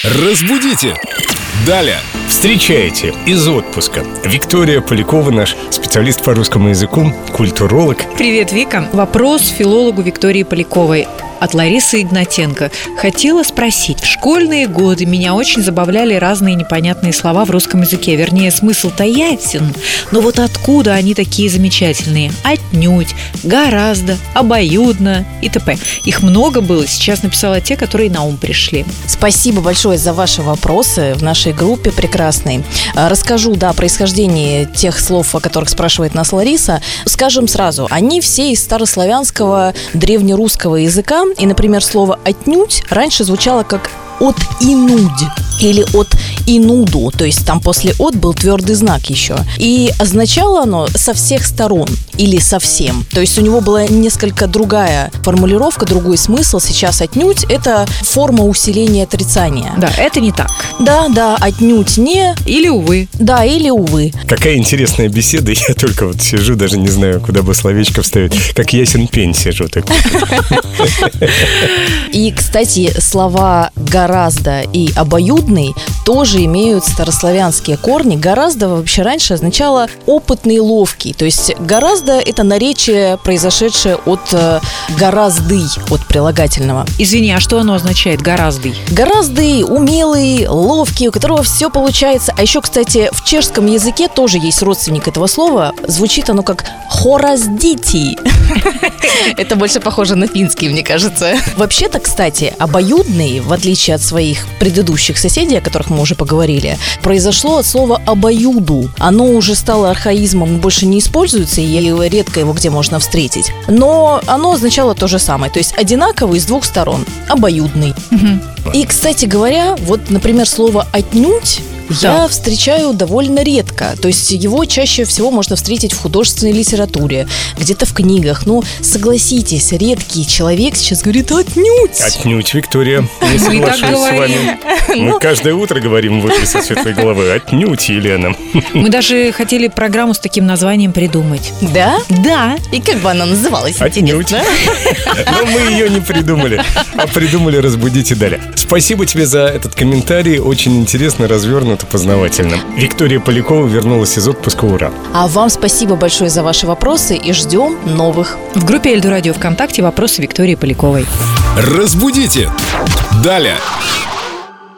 Разбудите! Далее! Встречайте из отпуска Виктория Полякова, наш специалист по русскому языку, культуролог. Привет, Вика. Вопрос филологу Виктории Поляковой от Ларисы Игнатенко. Хотела спросить. В школьные годы меня очень забавляли разные непонятные слова в русском языке. Вернее, смысл-то ясен, но вот откуда они такие замечательные? Отнюдь, гораздо, обоюдно и т.п. Их много было. Сейчас написала те, которые на ум пришли. Спасибо большое за ваши вопросы в нашей группе прекрасной. Расскажу, происхождение тех слов, о которых спрашивает нас Лариса. Скажем сразу, они все из старославянского древнерусского языка. И, например, слово «отнюдь» раньше звучало как «от инудь» или «от инуду», то есть там после «от» был твердый знак еще. И означало оно «со всех сторон» или «совсем». То есть у него была несколько другая формулировка, другой смысл. Сейчас «отнюдь» — это форма усиления отрицания. Да, это не так. Да, отнюдь не. Или увы. Да, или увы. Какая интересная беседа. Я только вот сижу, даже не знаю, куда бы словечко вставить. Как ясен пень сижу. И, кстати, слова «гораздо» и «обоюдный» тоже имеют старославянские корни. «Гораздо» вообще раньше означало «опытный, ловкий». То есть «гораздо» — это наречие, произошедшее от «гораздый», от прилагательного. Извини, а что оно означает «гораздый»? «Гораздый», умелый, ловкий, у которого все получается. А еще, кстати, в чешском языке тоже есть родственник этого слова. Звучит оно как «хораздитий». Это больше похоже на финский, мне кажется. Вообще-то, кстати, обоюдный, в отличие от своих предыдущих соседей, о которых мы уже поговорили, произошло от слова «обоюду». Оно уже стало архаизмом, больше не используется, и редко его где можно встретить. Но оно означало то же самое, то есть одинаковый с двух сторон, обоюдный. И, кстати говоря, вот, например, слово «отнюдь» я встречаю довольно редко. То есть его чаще всего можно встретить в художественной литературе, где-то в книгах. Ну, согласитесь, редкий человек сейчас говорит «отнюдь». Отнюдь, Виктория, не соглашусь с вами. Мы каждое утро говорим в «Утре со светлой головы». Отнюдь, Елена. Мы даже хотели программу с таким названием придумать. Да? Да. И как бы она называлась? Отнюдь. Но мы ее не придумали, а придумали «Разбудите далее». Спасибо тебе за этот комментарий. Очень интересно, развернуто, познавательно. Виктория Полякова вернулась из отпуска. Ура! А вам спасибо большое за ваши вопросы и ждем новых. В группе Эльду Радио ВКонтакте вопросы Виктории Поляковой. Разбудите! Далее!